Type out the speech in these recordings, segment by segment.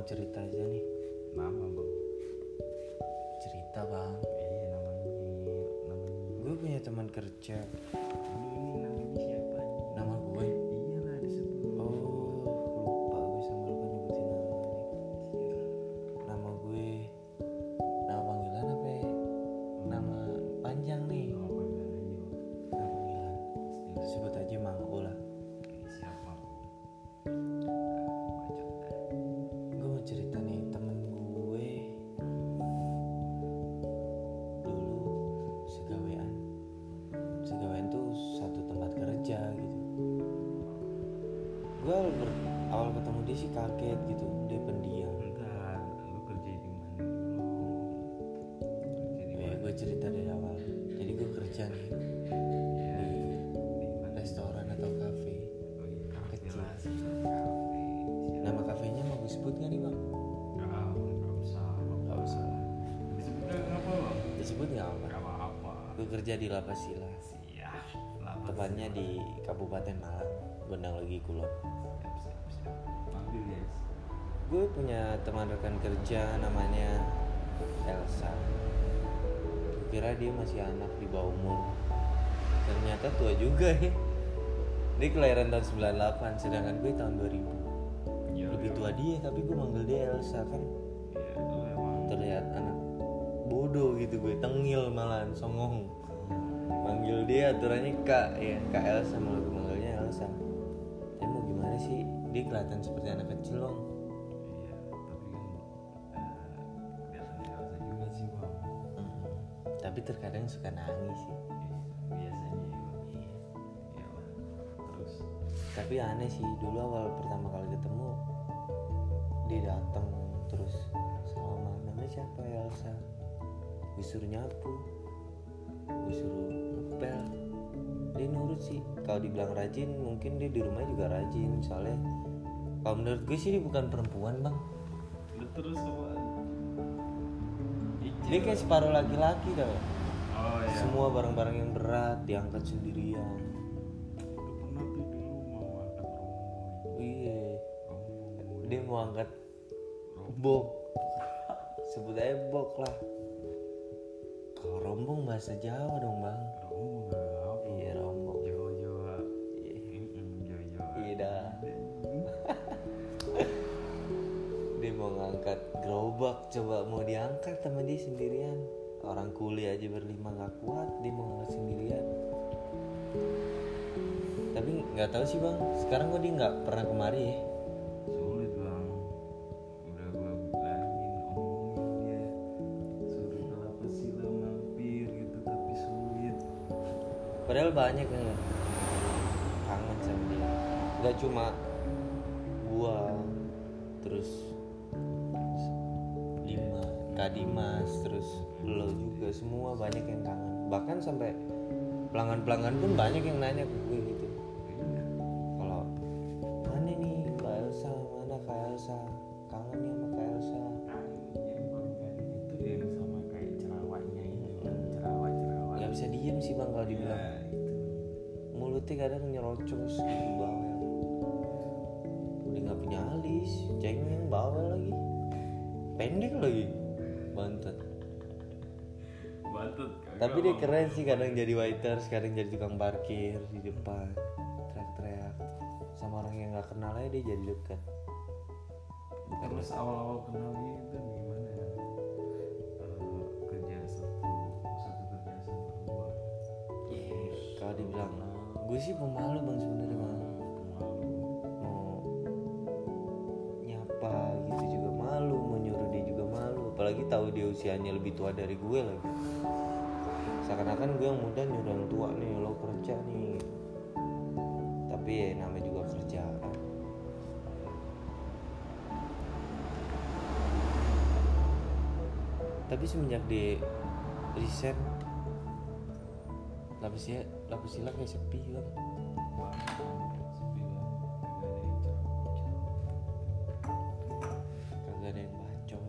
cerita aja nih. Nama bang. Cerita bang. Iya namanya. Gue punya teman kerja. Ini namanya siapa nih? Nama gue. Iyalah disebut. Oh lupa gue sama lupa nyebutin nama nih. Nama gue. Nama panggilan apa ya? Nama panjang nih. Nama panggilan aja bang. Nama panggilan. Sebut aja Mang U lah. Oke siap bang. Bacot dah. Gue mau cerita nih temen gue dulu segawean tuh satu tempat kerja gitu. Gue awal ketemu dia sih kaget gitu, dia pendiam. Bentar, lu kerja di mana dulu? Kerja di Ya mana? gue cerita dari awal. Jadi gue kerja nih Ya, di di mana? restoran atau kafe. Oh iya, kafe Kecil. lah, kafe. Siap. Nama kafenya mau gue sebut gak nih bang? Nggak usah. Gak usah. Disebutnya apa bang? Disebut gak apa? Nggak apa-apa. Gue kerja di Lapas Silas, Siap. Lapas. tepatnya di Kabupaten Malang, Gondang Legi Kulon. Siap. Ambil guys. Gue punya teman rekan kerja namanya Elsa. Gue kira dia masih anak di bawah umur. Ternyata tua juga ya. Dia kelahiran tahun 98, sedangkan gue tahun 2000. Iya, Lebih iya. tua dia, tapi gue manggil dia Elsa kan. Iya, lu emang Terlihat anak bodoh gitu, gue tengil malahan, songong. Manggil dia aturannya Kak ya, Kak Elsa, malah gue manggilnya Elsa. Tapi mau gimana sih, dia kelihatan seperti anak kecil bang. iya, tapi kan kelihatan dewasa juga sih bang. Tapi terkadang suka nangis sih. Biasanya ya bang. Iya bang. Terus Tapi aneh sih, dulu awal pertama kali ketemu dia datang terus salaman, namanya siapa ya Elsa. Gue suruh nyapu, gue suruh ngepel, dia nurut sih. Kalau dibilang rajin, mungkin dia di rumah juga rajin. Soalnya kalau menurut gue sih dia bukan perempuan bang. lu terus apa? Dia kayak separuh laki-laki tau. Oh iya. Semua barang-barang yang berat diangkat sendirian. Lu pernah tuh dulu mau angkat rombongan. Iya, Rombongan. dia mau angkat bok, sebut aja bok lah. Kalau rombong bahasa Jawa dong bang. Rombongan apa? Iya rombong. Jawa-Jawa. Iya. Jawa-Jawa. Iya dah. Dia mau ngangkat gerobak, coba mau diangkat sama dia sendirian. Orang kuli aja berlima nggak kuat, dia mau ngangkat sendirian. Tapi nggak tahu sih bang, sekarang kok dia nggak pernah kemari ya. Sulit bang. Udah gua bilangin, omongin dia suruh ke Lapas Silam mampir gitu tapi sulit. Padahal banyak kan ya kangen sama dia. Gak cuma gua, terus Kak Dimas, terus lo juga, semua banyak yang kangen. Bahkan sampai pelanggan-pelanggan pun banyak yang nanya ke gue gitu. Iya. Kalau mana nih Mbak Elsa, mana Kak Elsa, kangen nih sama Kak Elsa. Yang paling kangen itu yang sama kayak cerawatnya ini bang. Cerawat. Gak bisa diem sih bang kalau dibilang. Ya itu. Mulutnya kadang nyerocos gitu, bawel. Udah nggak punya alis, cengeng, bawel lagi, pendek lagi, bantet. Batut. Tapi dia keren sih, kadang jadi waiter, kadang jadi tukang parkir di depan, teriak-teriak sama orang yang nggak kenal aja dia jadi dekat. Terus awal-awal kenal dia itu gimana ya? Kerja satu kerja sama dua. Kalau dibilang, gue sih pemalu bang sebenarnya bang. Pemalu. Mau nyapa gitu juga malu, mau nyuruh dia juga malu. Apalagi tahu dia usianya lebih tua dari gue lagi. Seakan-akan gue yang muda nyuruh yang tua nih, lo kerja nih. Tapi ya namanya juga kerjaan. Tapi semenjak di resign, Lapis Sila kayak sepi kan. Kagak ada yang bacot,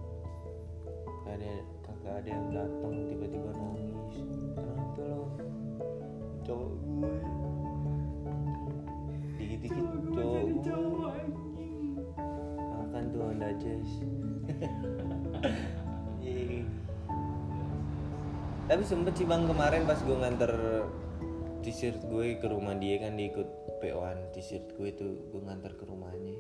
kagak ada yang datang tiba-tiba nangis. Kenapa lo? Cowok gue dikit-dikit cowok gue tuh Honda Jazz. Iya. Tapi sempet sih bang kemarin pas gue nganter t-shirt gue ke rumah dia kan, dia ikut PO-an t-shirt gue tuh, gue nganter ke rumahnya.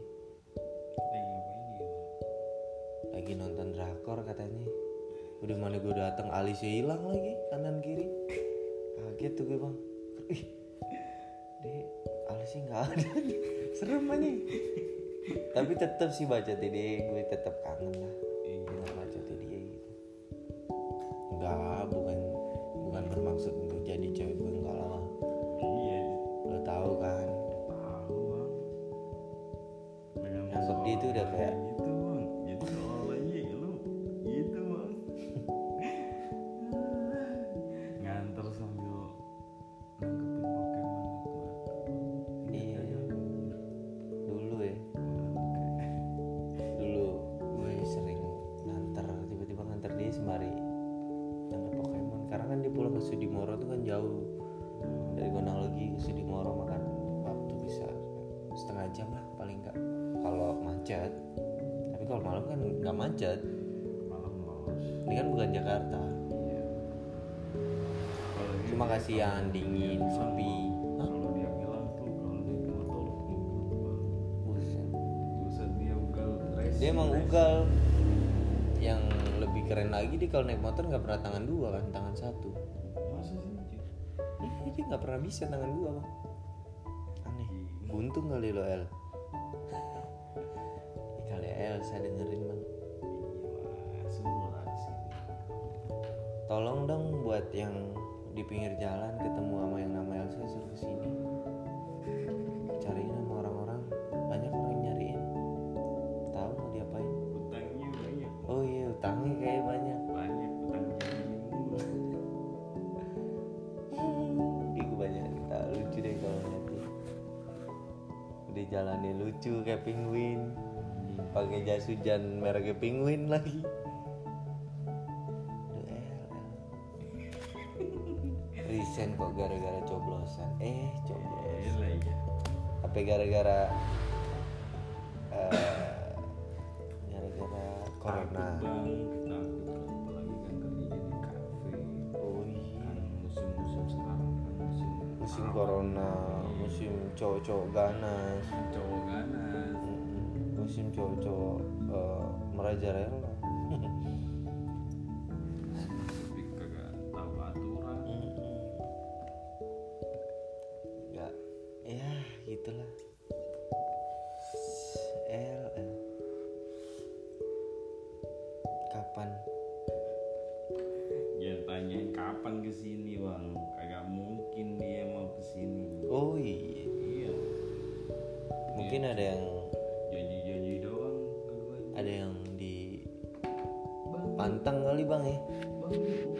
Lagi nonton drakor katanya. Udah mana gue datang alisnya hilang lagi kanan kiri. Kaget tuh gue bang. Ih, deh alisnya nggak ada. Serem aja. Tapi tetap sih baca dia, gue tetap kangen lah. Dengan baca dia gitu. Enggak, bukan bermaksud untuk jadi cewek gue, enggak lah. Iya. Lo tahu kan? Tahu bang. Nangkep dia itu udah kayak gitu bang. Jadi soalnya lu gitu bang. Nganter sambil nangkepin Pokemon waktu. iya. Dulu ya. Dulu gue sering nganter, tiba-tiba nganter dia sembari nangkep Pokemon. Karena kan dia pulang ke Sudimoro tuh kan jauh. Dari Gonalegi ke Sudimoro makan waktu bisa setengah jam lah paling enggak kalau macet. Tapi kalau malam kan nggak macet. Malam los. Ini kan bukan Jakarta. Iya. Kalau dia Cuma kasihan dingin, bilang, sepi. Hah? Kalau dia bilang tuh kalau naik motor ugal bang. Buset. Buset dia ugal racing. Dia emang ugal. Yang lebih keren lagi dia kalau naik motor nggak pernah tangan dua kan, tangan satu. Masa sih? Dia nggak pernah bisa tangan dua bang. Aneh. Buntung kali lo El. Kali Elsa dengerin bang. Iya semua sih. Tolong dong buat yang di pinggir jalan ketemu sama yang nama Elsa suruh kesini. Cariin sama orang-orang, banyak orang yang nyariin. Tahu mau diapain? Utangnya banyak. Oh iya utangnya kayak banyak. Banyak utang janji mulu. Dia kebanyakan tak lucu deh kalau ngeliat dia. Udah jalannya lucu kayak penguin. Pakai jas hujan mereknya penguin lagi. Resign kok gara-gara coblosan. Coblos. Iya. Apa gara-gara corona? Takut apalagi kan kerja di kafe. Oh iya. Kan musim-musim sekarang kan Musim corona, musim cowok-cowok ganas, cowok ganas. musim cowok-cowok merajalela. Tapi kagak tahu aturan. Enggak, ya gitulah. Kapan? Ya tanyain kapan kesini bang. Kagak mungkin dia mau kesini. Oh iya, Iya. mungkin ada yang Janji-janji doang ke gue. ada yang di Bang, pantang kali bang ya. bang,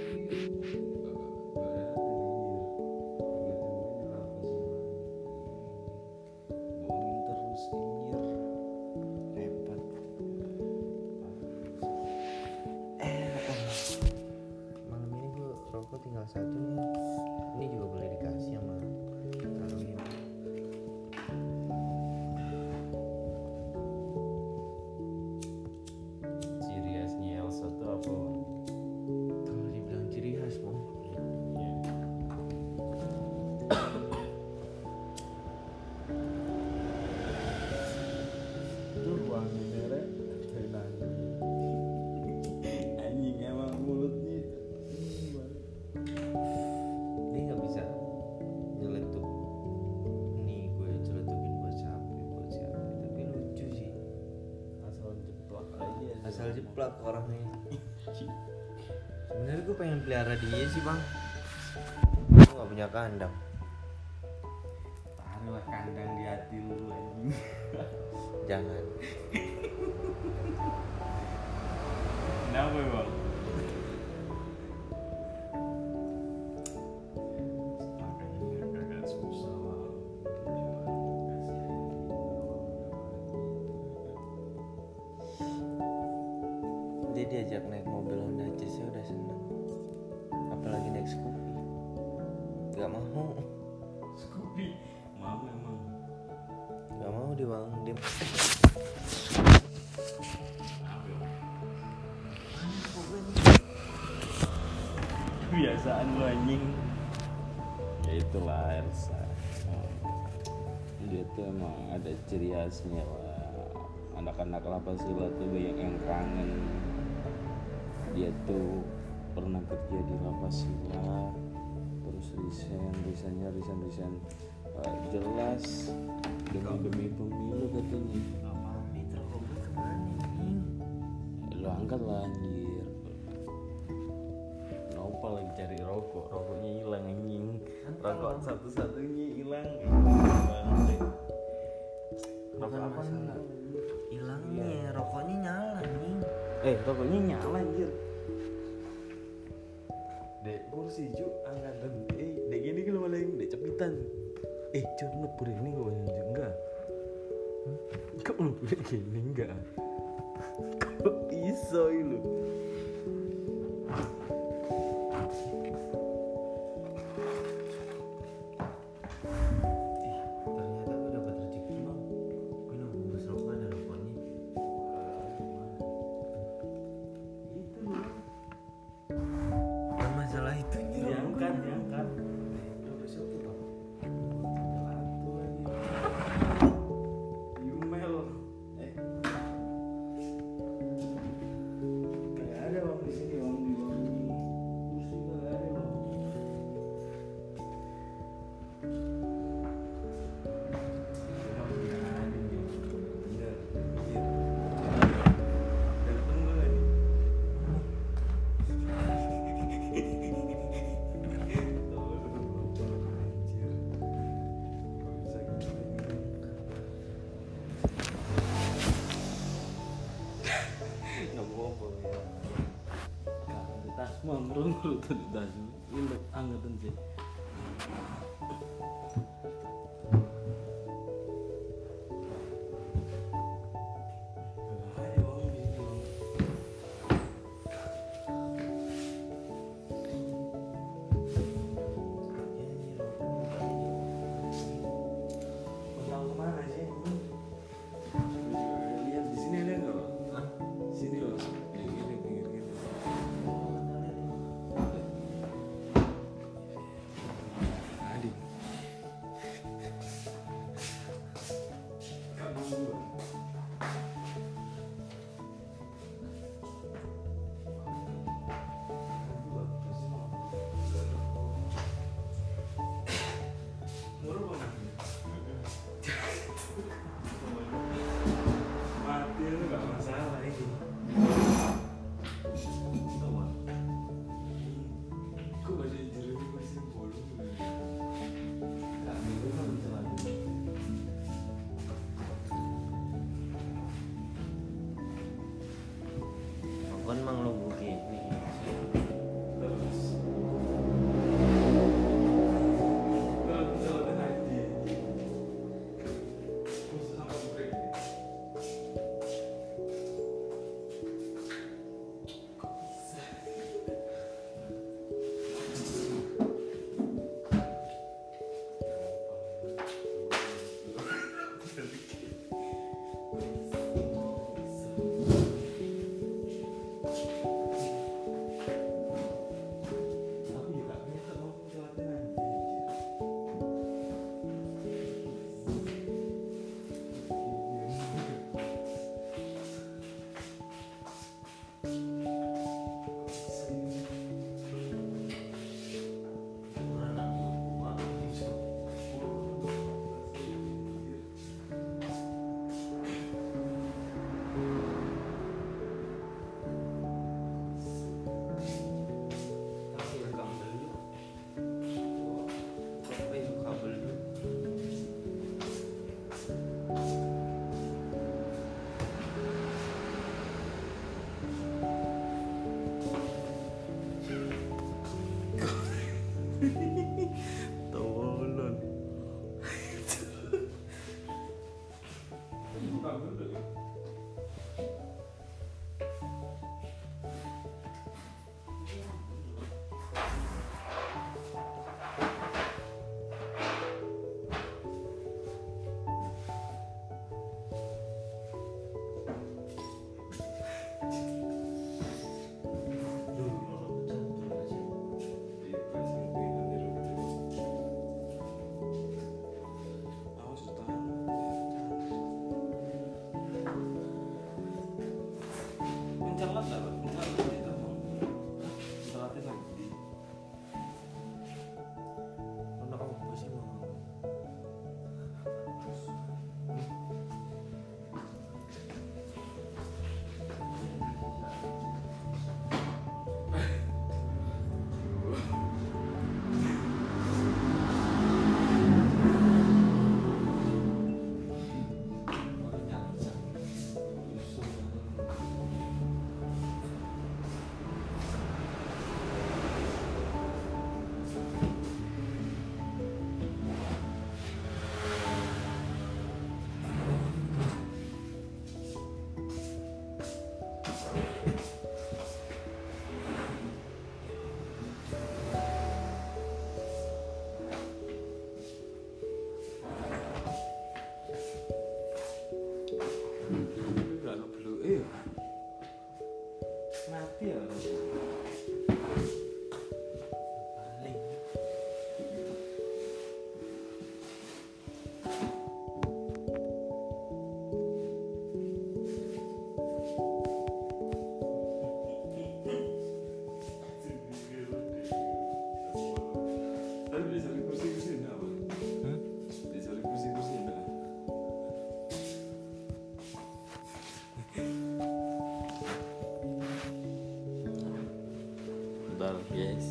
bohongin terus anjir. Repot. Malam ini gue rokok tinggal satu nih. Ini juga boleh dikasih sama Karwin. Ciri khasnya Elsa tuh apa? Kalau dibilang ciri khas bang, Itu ruangnya merek anjing emang mulutnya dia nggak bisa nyeletuk. Nih gue celetukin buat siapa, tapi lucu sih. asal jeplak aja. Asal jeplak orangnya. Sebenarnya gue pengen pelihara dia sih bang. Gue nggak punya kandang. Taruhlah kandang di hati lu anjing. Jangan. Kenapa bang? Makanya kagak susah lah. Dia diajak naik mobil Honda Jazz ya udah seneng. Apalagi naik Scoopy. Gak mau. Scoopy mau emang. Gak mau dia bang. Dia kebiasaan lu anjing. Ya itulah Elsa. Dia tuh emang ada ciri khasnya lah. Anak-anak Lapasila tuh banyak yang kangen. Dia tuh pernah kerja di Lapasila, terus resign jelas demi pemilu katanya. Apa meter rokok kemana nih? Lu angkat lah anjir. Nopal lagi cari rokoknya hilang anjing. Rokok satu-satunya hilang. Bukan masalah hilangnya, rokoknya nyala nih. Rokoknya nyala anjir. Dek kursi cu angkatan. Dek gini kan malah yang dek cepitan. Cu ngebur ini gak banyak enggak. Kok ngebur gini enggak? Kok bisa lu? Ternyata gue dapat rezeki bang. Gue ngebungkus rokok ada rokoknya. Itu loh. Bukan masalah itu Diangkat. Yumel. Gak ada bang di sini bang di kursi gak ada bang. Menurut das ini angkatan sih. Lihat di sini ada nggak? Sini loh. Gini. Adik. Mati lu nggak masalah ini. Kok masih jernih masih bolong? Nggak itu kan bisa lagi. Rokok emang lo begini. Terus haji. Terus sama break. Tapi ya gak bisa mau kecelakaan Tapi ya kabel lu. Sampai itu kabel lu. tolong. Bukan dulu ya. Bentar guys.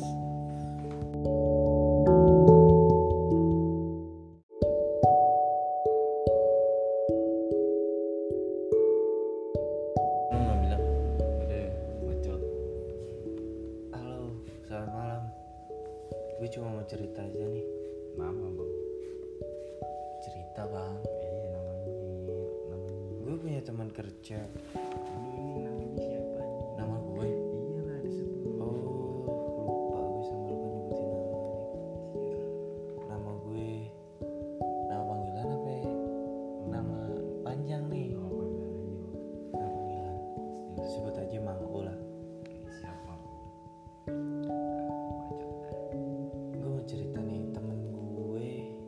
Lu nggak bilang udah bacot. Halo, selamat malam. Gue cuma mau cerita aja nih. Nama bang. Cerita bang. Iya namanya. Gue punya teman kerja. Lu ini namanya siapa nih? Nama gue. Iya lah disebut. Oh, lupa gue sama lupa nyebutin nama nih. Nama gue. Nama panggilan apa ya? Nama panjang nih. Nama panggilan aja bang. Nama panggilan. Sebut aja Mangko lah. Oke, siapa? Gue mau cerita nih, temen gue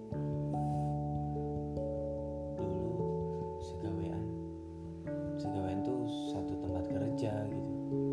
dulu segawean tuh satu tempat kerja gitu.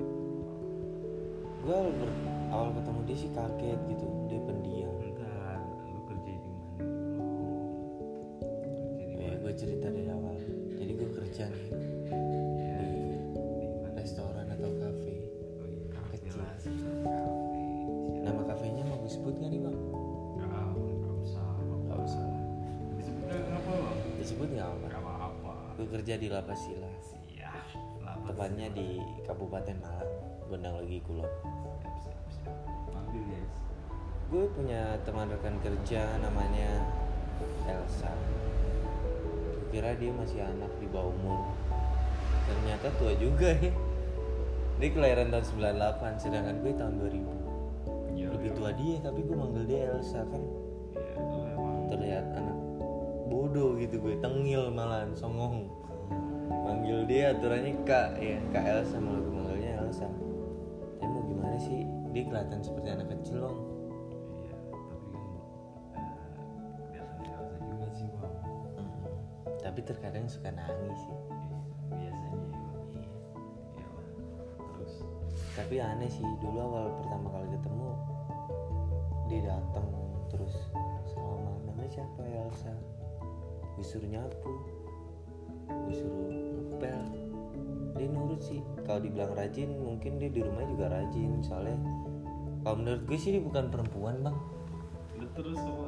Gue awal ketemu dia sih kaget gitu, dia pendiam. Bentar, lu kerja di mana dulu? Kerja di mana? Gue cerita dari awal. Jadi gue kerja nih Ya, di di mana? restoran atau kafe. Oh iya, kafe Kecil. lah, kafe. Nama kafenya mau gue sebut gak nih bang? Nggak usah. Gak usah. Disebutnya apa bang? Disebut gak apa? Nggak apa-apa. Gue kerja di Lapas Sila, Siap. Lapas. tepatnya di Kabupaten Malang, Gondang Legi Kulon. Siap. Ambil guys. Gue punya teman rekan kerja namanya Elsa. Gue kira dia masih anak di bawah umur. Ternyata tua juga ya. Dia kelahiran tahun 98, sedangkan gue tahun 2000. Iya, Lebih iya. tua dia, tapi gue manggil dia Elsa kan. Iya, lu emang. Terlihat anak bodoh gitu, gue tengil malahan, songong. Manggil dia aturannya Kak, ya Kak Elsa, malah gue manggilnya Elsa. Tapi mau gimana sih, dia kelihatan seperti anak kecil loh. Iya, tapi kan kelihatan dewasa juga sih bang. Tapi terkadang suka nangis sih. Biasanya ya bang. Iya. Iya lah. Terus. Tapi aneh sih, dulu awal pertama kali ketemu dia datang terus salaman, namanya siapa ya Elsa. Gue suruh nyapu, gue suruh ngepel, dia nurut sih. Kalau dibilang rajin, mungkin dia di rumah juga rajin. Soalnya kalau menurut gue sih dia bukan perempuan bang, Lu terus apa?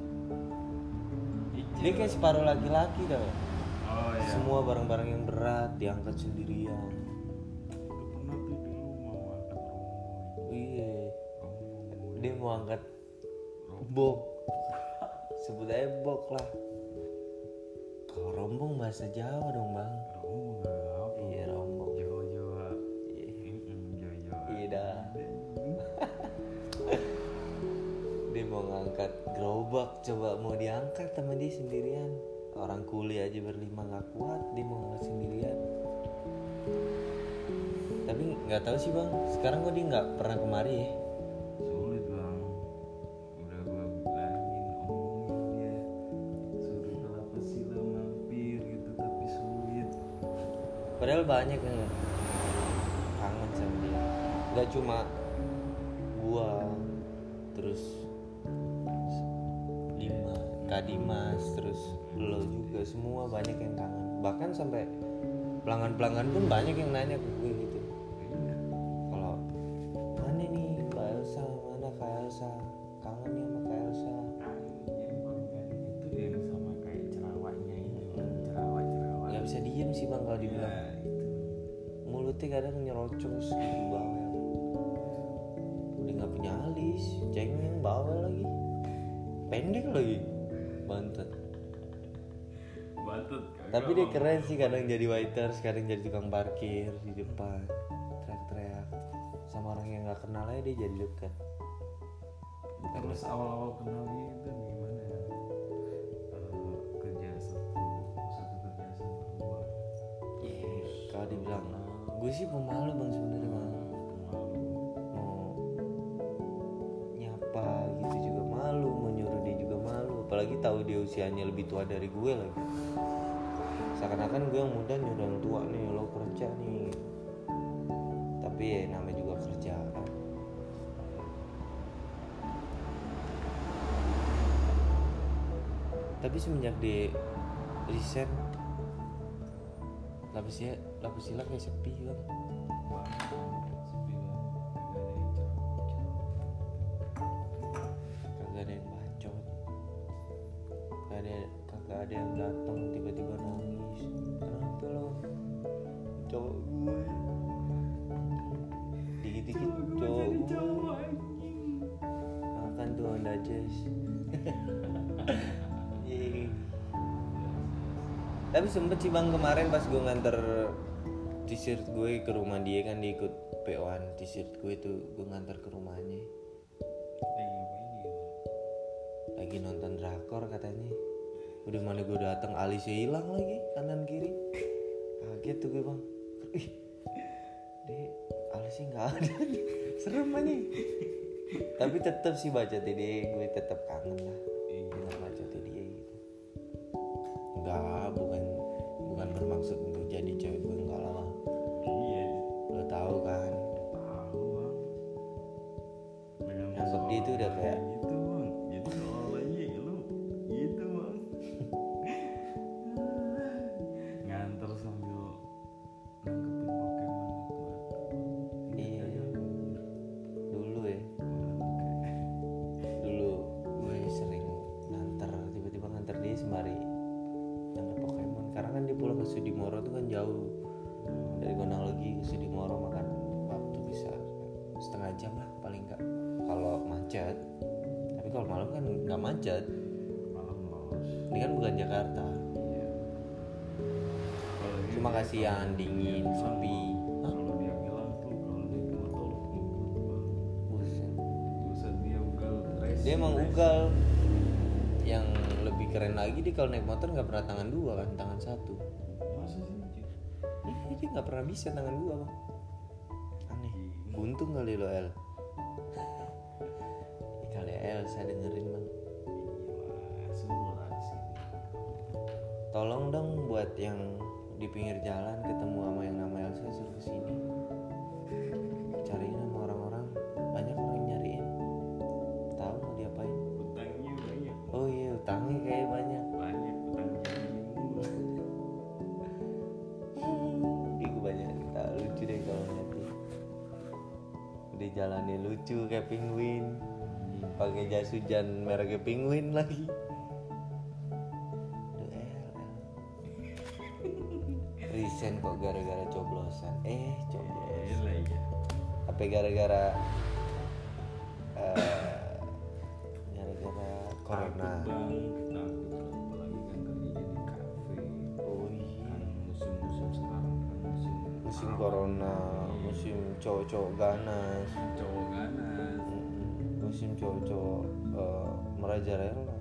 dia kayak separuh laki-laki tau. Oh iya. Semua barang-barang yang berat diangkat sendirian. Lu pernah tuh dulu mau angkat rombongan. Iya, Rombongan. dia mau angkat bok, sebut aja bok lah. Kalau rombong bahasa Jawa dong bang. Rombongan apa? Iya rombong. Jawa-Jawa. Iya. Jawa-Jawa. Iya dah. Dia mau ngangkat gerobak, coba mau diangkat sama dia sendirian. Orang kuli aja berlima nggak kuat, dia mau ngangkat sendirian. Tapi nggak tahu sih bang, sekarang kok dia nggak pernah kemari ya. Sulit bang. Udah gua bilangin, omongin dia. Suruh ke Lapas Sila mampir gitu, tapi sulit. Padahal banyak yang kangen sama dia. Gak cuma gua, terus Kak Dimas, terus lo juga, semua banyak yang kangen. Bahkan sampai pelanggan-pelanggan pun banyak yang nanya ke gue gitu. Iya. Kalau mana nih Mbak Elsa, mana Kak Elsa, kangen nih sama Kak Elsa. Yang paling kangen itu yang sama kayak cerawaknya ini bang. Cerawak. Gak bisa diem sih bang kalau dibilang. Ya, itu. Mulutnya kadang nyerocong gitu bawel. Udah nggak punya alis, cengeng bawel lagi, pendek lagi, bantet. Bantut. Tapi dia keren sih, kadang jadi waiter, kadang jadi tukang parkir di depan, teriak-teriak sama orang yang nggak kenal aja dia jadi dekat. Terus awal-awal kenal dia itu gimana ya? Kerja satu kerjaan berdua. Kalau dibilang, gue sih pemalu bang sebenarnya bang. Malu. Mau nyapa gitu juga malu, mau nyuruh dia juga malu. Apalagi tahu dia usianya lebih tua dari gue lagi. Seakan-akan gue yang muda nyuruh yang tua nih, lo kerja nih. Tapi ya namanya juga kerjaan. Tapi semenjak di resign, Lapis Sila kayak sepi kan. Sepi banget. Gak ada yang ceramah. ada yang datang tiba-tiba nangis, kenapa lo cowok gue, dikit-dikit cowok gue makan tuh Honda Jazz. Yeay. Tapi sempet sih bang kemarin pas gue nganter t-shirt gue ke rumah dia kan, dia ikut PO-an t-shirt gue tuh, gue nganter ke rumahnya. Lagi nonton drakor katanya. Udah mana gue dateng alisnya hilang lagi kanan kiri. Kaget tuh gue bang. Ih, deh alisnya nggak ada. Serem aja. Tapi tetap sih baca dia, gue tetap kangen lah. Dengar baca dia gitu. Enggak, bukan bermaksud untuk jadi cewek gue, enggak lah bang. Iya. Lo tahu kan? Tahu bang. Nangkep dia tuh udah kayak gitu bang. Jadi soalnya lu gitu bang. Nganter sambil nangkepin Pokemon itu. iya. Dulu ya. Dulu gue sering nganter, tiba-tiba nganter dia sembari nangkep Pokemon. Karena kan dia pulang ke Sudimoro tuh kan jauh. Dari Gonalegi ke Sudimoro makan waktu bisa setengah jam lah paling enggak kalau macet. Tapi kalau malam kan nggak macet. Malam los. Ini kan bukan Jakarta. Iya. Cuma kasihan dingin, sepi. Hah? Kalau dia bilang tuh kalau naik motor ngebut bang. Buset. Buset dia ugal. Dia emang ugal. Yang lebih keren lagi dia kalau naik motor nggak pernah tangan dua kan, tangan satu. Masa sih? Dia nggak pernah bisa tangan dua bang. Aneh. Untung kali lo El. Kali Elsa dengerin bang. Iya, suruh lah sini. Tolong dong buat yang di pinggir jalan ketemu sama yang nama Elsa suruh kesini. Cariin sama orang-orang, banyak orang yang nyariin. Tahu mau diapain? Utangnya banyak. Oh iya utangnya kayak banyak. Banyak utangnya mulu. Dia gue banyak cerita lucu deh kalau ngeliat dia. Udah jalannya lucu kayak penguin. Pakai jas hujan mereknya penguin lagi. Resign kok gara-gara coblosan. Coblos. Lah ya. Apa gara-gara corona? Takut apalagi kan kerja di kafe. Oh iya. Kan musim-musim sekarang kan Musim corona, musim cowok-cowok ganas, cowok ganas. musim cowok-cowok merajalela.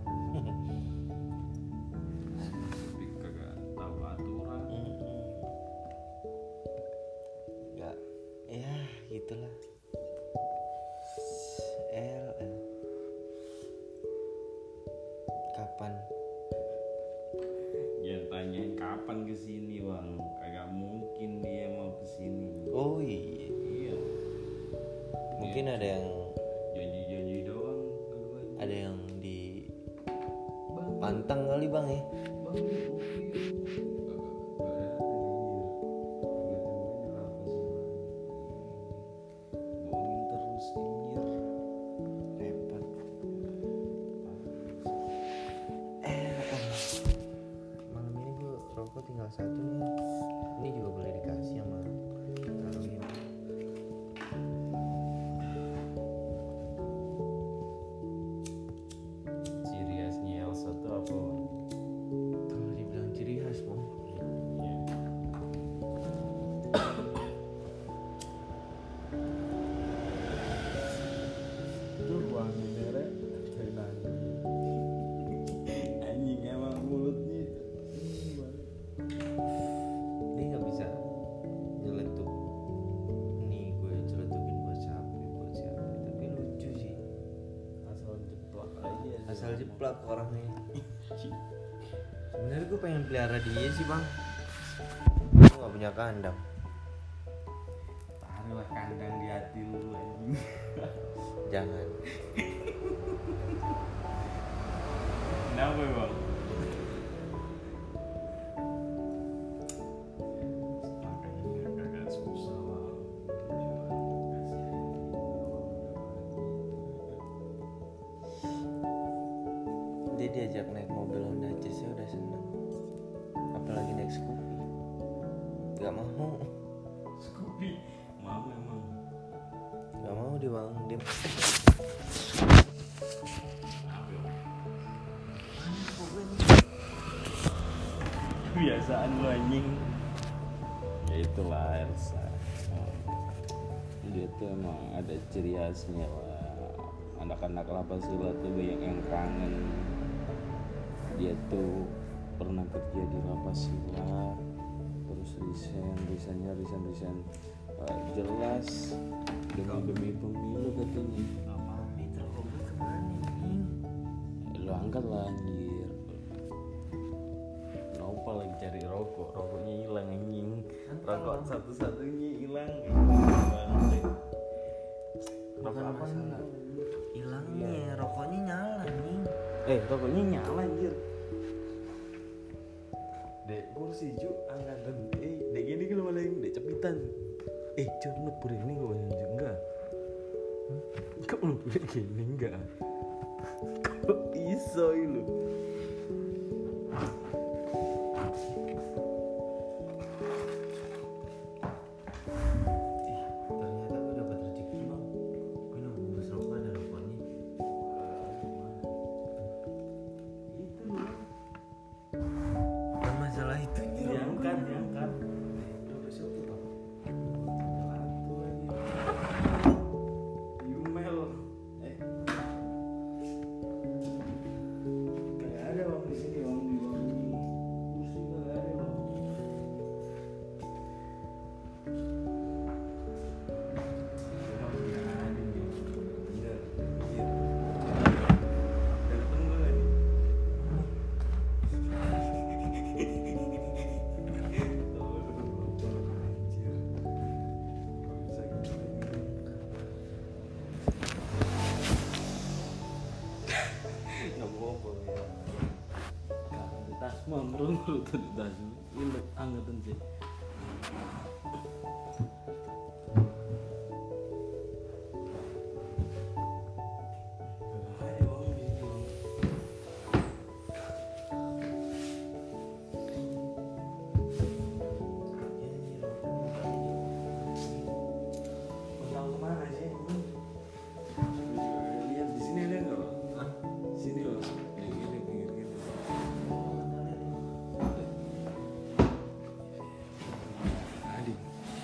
Tapi kagak tahu aturan. Enggak, ya gitulah. Kapan? Jangan tanyain kapan kesini bang. Kagak mungkin dia mau kesini. Oh iya, Iya. mungkin ada yang Janji-janji doang ke gue. ada yang di Bang, pantang kali bang ya. bang, bohongin terus anjir. Repot. Malam ini gue rokok tinggal satu nih. Ini juga boleh dikasih sama Karwin. Ciri khasnya Elsa tuh apa? Kalau dibilang ciri khas bang, Iya. Tuh wangi merah dari tadi. Anjing emang mulutnya. dia nggak bisa nyeletuk. Nih gue celetukin buat siapa, tapi lucu sih. Asal jeplak aja. Asal jeplak orangnya. Sebenarnya gue pengen pelihara dia sih bang. Gue nggak punya kandang. Taruhlah kandang di hati lu anjing. Jangan. Kenapa bang? Makanya kagak susah bang. Dia diajak naik mobil Honda Jazz udah seneng. apalagi naik Scoopy. Gak mau. Scoopy mau emang. Gak mau dia bang. Dia kebiasaan lu anjing. Ya itulah Elsa. Dia tuh emang ada ciri khasnya lah. Anak-anak Lapasula tuh banyak yang kangen. Dia tuh pernah kerja di Lapasula, terus resign jelas demi pemilu katanya. apa Mitra Kobe kemana nih? Lu angkat lah anjir. Nopa lagi cari rokoknya hilang anjing. Rokok satu-satunya hilang. Bukan Rokok apa masalah nih? hilangnya, rokoknya nyala nih. Rokoknya nyala anjir. Dek kursi ju angkatan. Dek gini kalau malah dek cepitan. Cun lu pura ini gak anjir enggak? Kok lu pura gini enggak? Kok iso lu? Ternyata gue dapat rezeki bang. Gue nunggu bungkus rokok ada rokoknya. Itu lu. Bukan masalah itu Diangkat. Udah besok tuh bang. Satu lagi. Yumel. Kagak ada bang di sini bang di bang. Kursi kagak ada bang. Merungut tadi tas ini angkatan sih. Kemana sih? Lihat di sini ada nggak? Hah? Sini loh. Gini pinggir. Adik.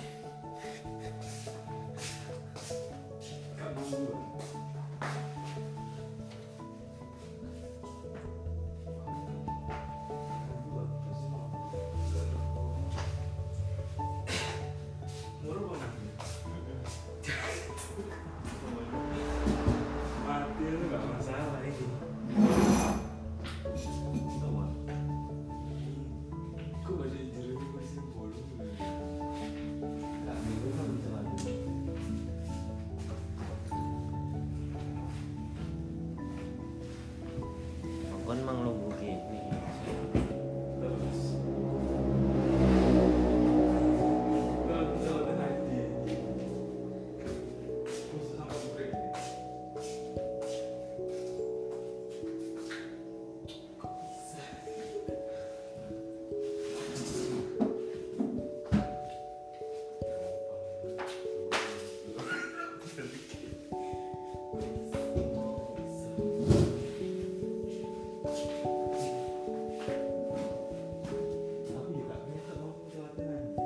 Mati lu nggak masalah ini. Kok masih jeruk masih bolong? Nggak bingung kan bisa lagi. Bukan mang lo begini. Terus jalan haji. Terus sama break. Tapi tak bisa mau jalan haji.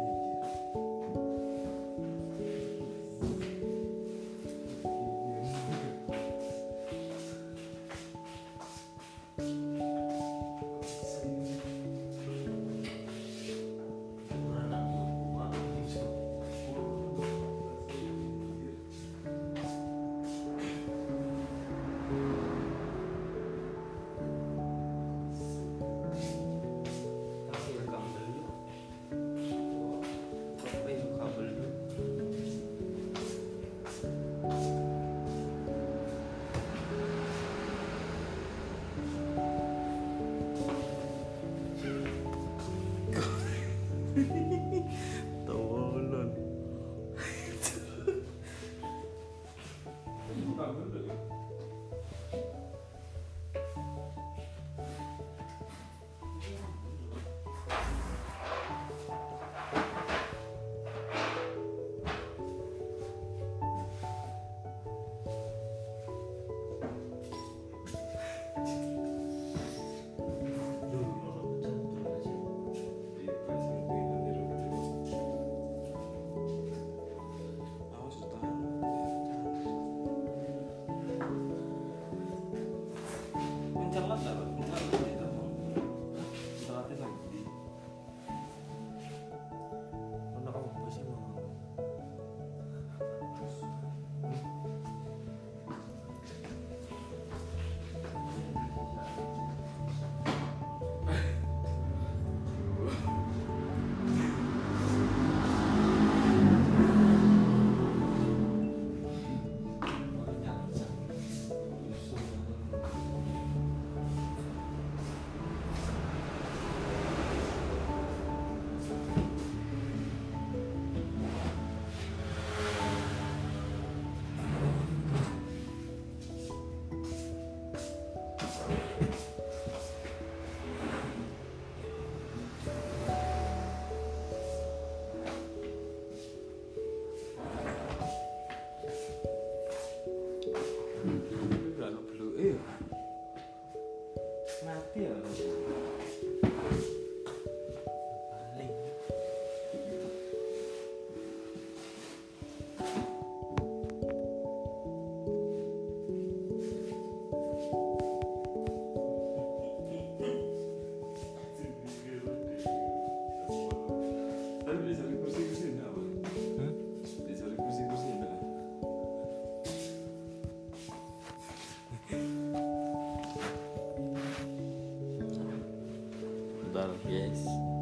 Tolong. Mencelat lah, Pak. Mencelat itu. Mencelatin lagi. Mana apa sih mau? Enggak lo belum. Mati ya. Paling Tapi bisa kursi-kursi enggak, Pak? Bisa kursi-kursi enggak? Bentar, guys.